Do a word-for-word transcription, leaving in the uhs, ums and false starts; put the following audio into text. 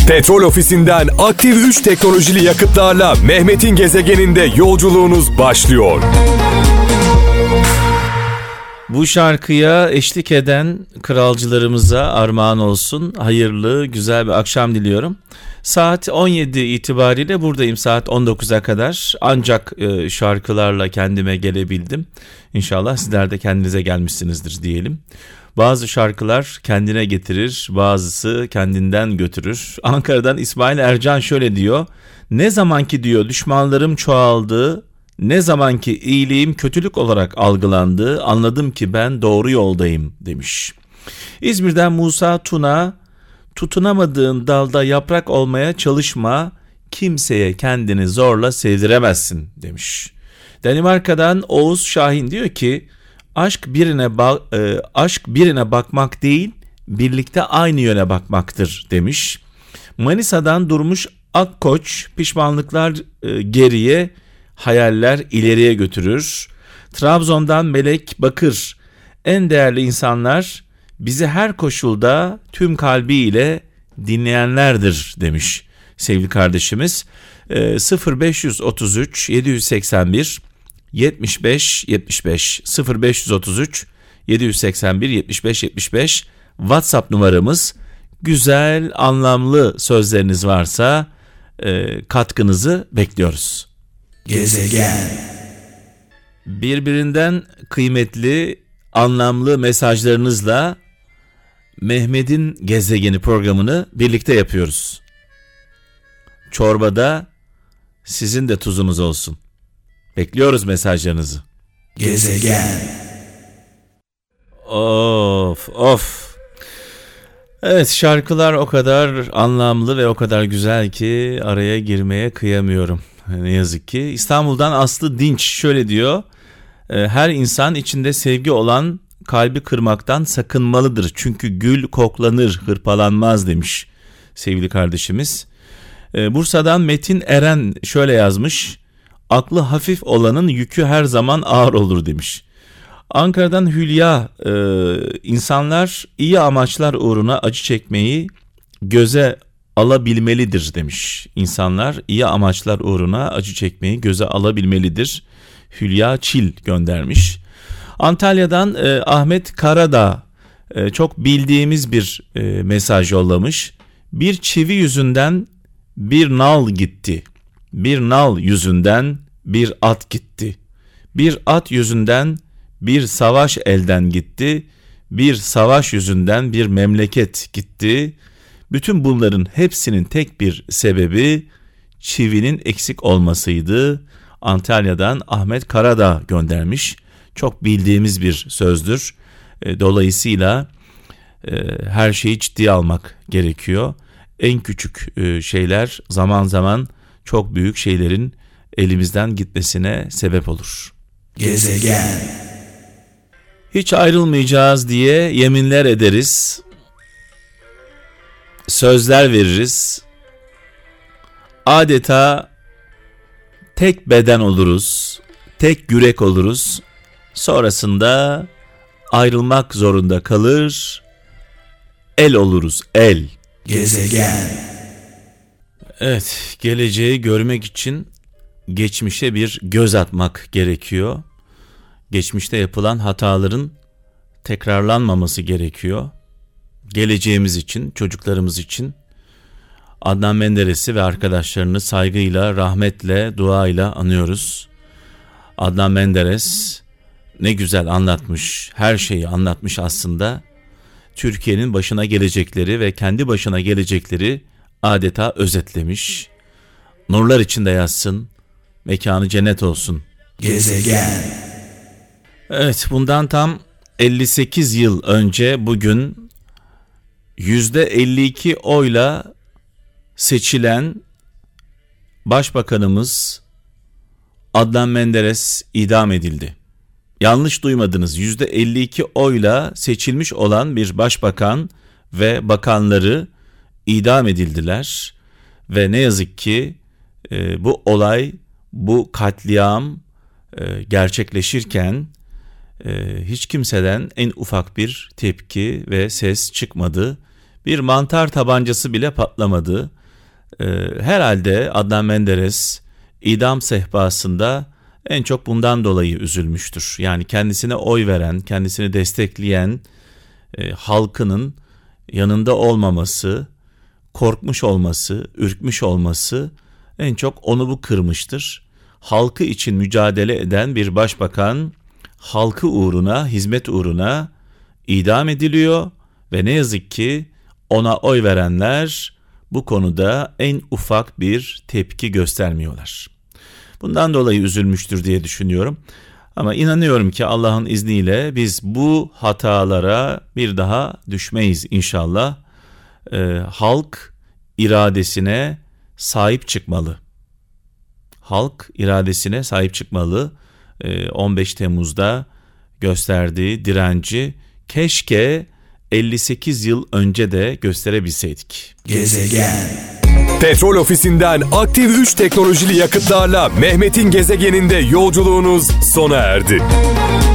Petrol Ofisi'nden aktif üç teknolojili yakıtlarla Mehmet'in gezegeninde yolculuğunuz başlıyor. Bu şarkıya eşlik eden kralcılarımıza armağan olsun. Hayırlı, güzel bir akşam diliyorum. Saat on yedi itibariyle buradayım, saat on dokuza kadar. Ancak e, şarkılarla kendime gelebildim. İnşallah sizler de kendinize gelmişsinizdir diyelim. Bazı şarkılar kendine getirir, bazısı kendinden götürür. Ankara'dan İsmail Ercan şöyle diyor. Ne zamanki diyor düşmanlarım çoğaldı, ne zamanki iyiliğim kötülük olarak algılandı, anladım ki ben doğru yoldayım demiş. İzmir'den Musa Tuna, tutunamadığın dalda yaprak olmaya çalışma, kimseye kendini zorla sevdiremezsin demiş. Danimarka'dan Oğuz Şahin diyor ki, aşk birine ba- e, aşk birine bakmak değil, birlikte aynı yöne bakmaktır demiş. Manisa'dan Durmuş Akkoç, pişmanlıklar e, geriye, hayaller ileriye götürür. Trabzon'dan Melek Bakır, en değerli insanlar bizi her koşulda tüm kalbiyle dinleyenlerdir demiş sevgili kardeşimiz. E, sıfır beş otuz üç yedi seksen bir yetmiş beş yetmiş beş sıfır beş otuz üç yedi seksen bir yetmiş beş yetmiş beş WhatsApp numaramız. Güzel, anlamlı sözleriniz varsa e, katkınızı bekliyoruz. Gezegen. Birbirinden kıymetli, anlamlı mesajlarınızla Mehmet'in Gezegeni programını birlikte yapıyoruz. Çorbada sizin de tuzunuz olsun. Bekliyoruz mesajlarınızı. Gezegen. Of of. Evet, şarkılar o kadar anlamlı ve o kadar güzel ki araya girmeye kıyamıyorum. Ne yazık ki. İstanbul'dan Aslı Dinç şöyle diyor. Her insan içinde sevgi olan kalbi kırmaktan sakınmalıdır. Çünkü gül koklanır, hırpalanmaz demiş sevgili kardeşimiz. Bursa'dan Metin Eren şöyle yazmış. Aklı hafif olanın yükü her zaman ağır olur demiş. Ankara'dan Hülya, e, insanlar iyi amaçlar uğruna acı çekmeyi göze alabilmelidir demiş. İnsanlar iyi amaçlar uğruna acı çekmeyi göze alabilmelidir. Hülya Çil göndermiş. Antalya'dan e, Ahmet Karadağ e, çok bildiğimiz bir e, mesaj yollamış. Bir çivi yüzünden bir nal gitti. Bir nal yüzünden bir at gitti. Bir at yüzünden bir savaş elden gitti. Bir savaş yüzünden bir memleket gitti. Bütün bunların hepsinin tek bir sebebi çivinin eksik olmasıydı. Antalya'dan Ahmet Karadağ göndermiş. Çok bildiğimiz bir sözdür. Dolayısıyla her şeyi ciddiye almak gerekiyor. En küçük şeyler zaman zaman çok büyük şeylerin elimizden gitmesine sebep olur. Gezegen. Hiç ayrılmayacağız diye yeminler ederiz. Sözler veririz. Adeta tek beden oluruz. Tek yürek oluruz. Sonrasında ayrılmak zorunda kalır. El oluruz, el. Gezegen. Evet, geleceği görmek için geçmişe bir göz atmak gerekiyor. Geçmişte yapılan hataların tekrarlanmaması gerekiyor. Geleceğimiz için, çocuklarımız için Adnan Menderes'i ve arkadaşlarını saygıyla, rahmetle, duayla anıyoruz. Adnan Menderes ne güzel anlatmış, her şeyi anlatmış aslında. Türkiye'nin başına gelecekleri ve kendi başına gelecekleri adeta özetlemiş. Nurlar içinde yatsın, mekanı cennet olsun. Gezegen. Evet, bundan tam elli sekiz yıl önce bugün yüzde elli iki oyla seçilen Başbakanımız Adnan Menderes idam edildi. Yanlış duymadınız, yüzde elli iki oyla seçilmiş olan bir başbakan ve bakanları idam edildiler. Ve ne yazık ki e, bu olay, bu katliam e, gerçekleşirken e, hiç kimseden en ufak bir tepki ve ses çıkmadı. bir mantar tabancası bile patlamadı. Ee, herhalde Adnan Menderes idam sehpasında en çok bundan dolayı üzülmüştür. Yani kendisine oy veren, kendisini destekleyen e, halkının yanında olmaması, korkmuş olması, ürkmüş olması en çok onu bu kırmıştır. Halkı için mücadele eden bir başbakan halkı uğruna, hizmet uğruna idam ediliyor ve ne yazık ki ona oy verenler bu konuda en ufak bir tepki göstermiyorlar. Bundan dolayı üzülmüştür diye düşünüyorum. Ama inanıyorum ki Allah'ın izniyle biz bu hatalara bir daha düşmeyiz inşallah. Ee, halk iradesine sahip çıkmalı. Halk iradesine sahip çıkmalı. Ee, on beş Temmuz'da gösterdiği direnci keşke elli sekiz yıl önce de gösterebilseydik. Gezegen. Petrol Ofisi'nden aktif üç teknolojili yakıtlarla Mehmet'in gezegeninde yolculuğunuz sona erdi.